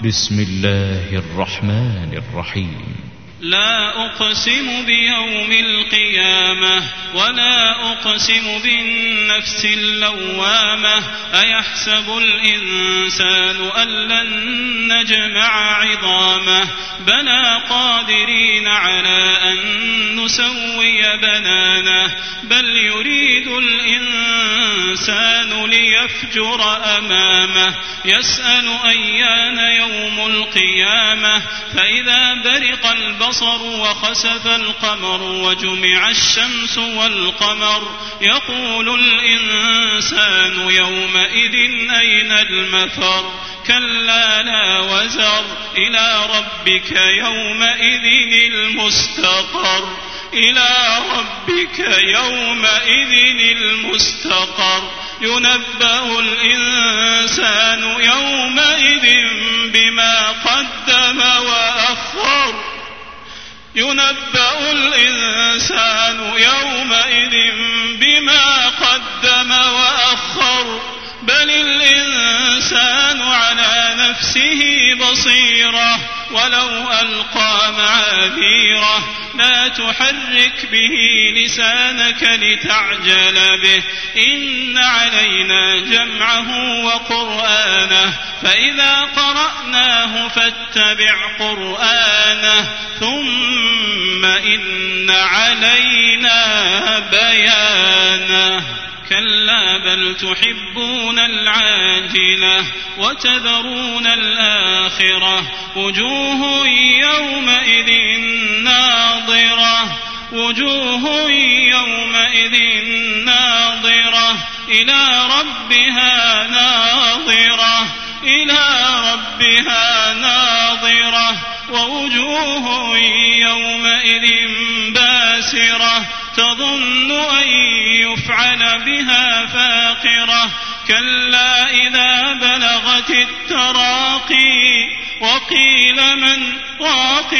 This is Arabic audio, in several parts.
بسم الله الرحمن الرحيم. لا أقسم بيوم القيامة ولا أقسم بالنفس اللوامة أيحسب الإنسان أن لن نجمع عظامه بلى قادرين على أن نسوي بنانه بل يريد الإنسان ليفجر أمامه يسأل أيان يوم القيامة فإذا برق البصر وخسف القمر وجمع الشمس والقمر يقول الإنسان يومئذ أين المفر كلا لا وزر إلى ربك يومئذ المستقر إلى ربك يومئذ المستقر ينبأ الإنسان يومئذ بما قدم وأخر ينبأ الإنسان يومئذ بما قدم وأخر بل الإنسان على نفسه بصيرة ولو ألقى معاذيره لا تحرك به لسانك لتعجل به إن علينا جمعه وقرآنه فإذا قرأناه فاتبع قرآنه ثم إن علينا بيانه كلا بل تحبون العاجلة وتذرون الآخرة وجوه يومئذ ناظرة وجوه يومئذ ناظرة إلى ربها ناظرة إلى ربها ناظرة ووجوه يومئذ باسرة تظن أن يفعل بها فاقرة كلا إذا بلغت التراقي وقيل من راق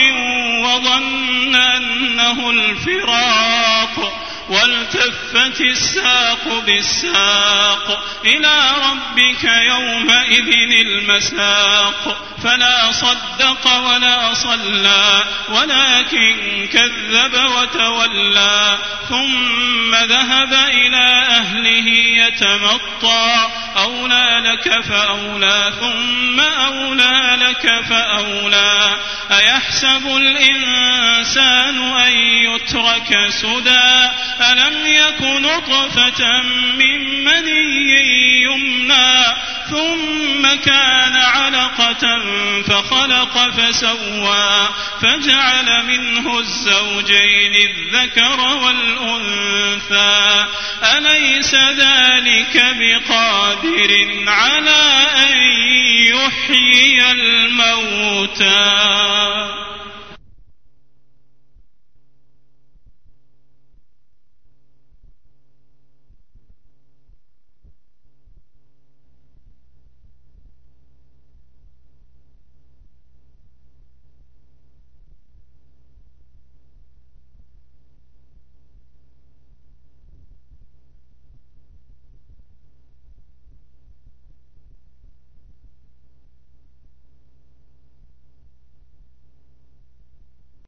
وظن أنه الفراق والتفت الساق بالساق إلى ربك يومئذ المساق فلا صدق ولا صلى ولكن كذب وتولى ثم ذهب إلى أهله يتمطى أولى لك فأولى ثم أولى لك فأولى أيحسب الإنسان أن يترك سدى ألم يك نطفة من مني يمنى ثم كان علقة فخلق فسوى فجعل منه الزوجين الذكر والأنثى أليس ذلك بقادر على أن يحيي الموتى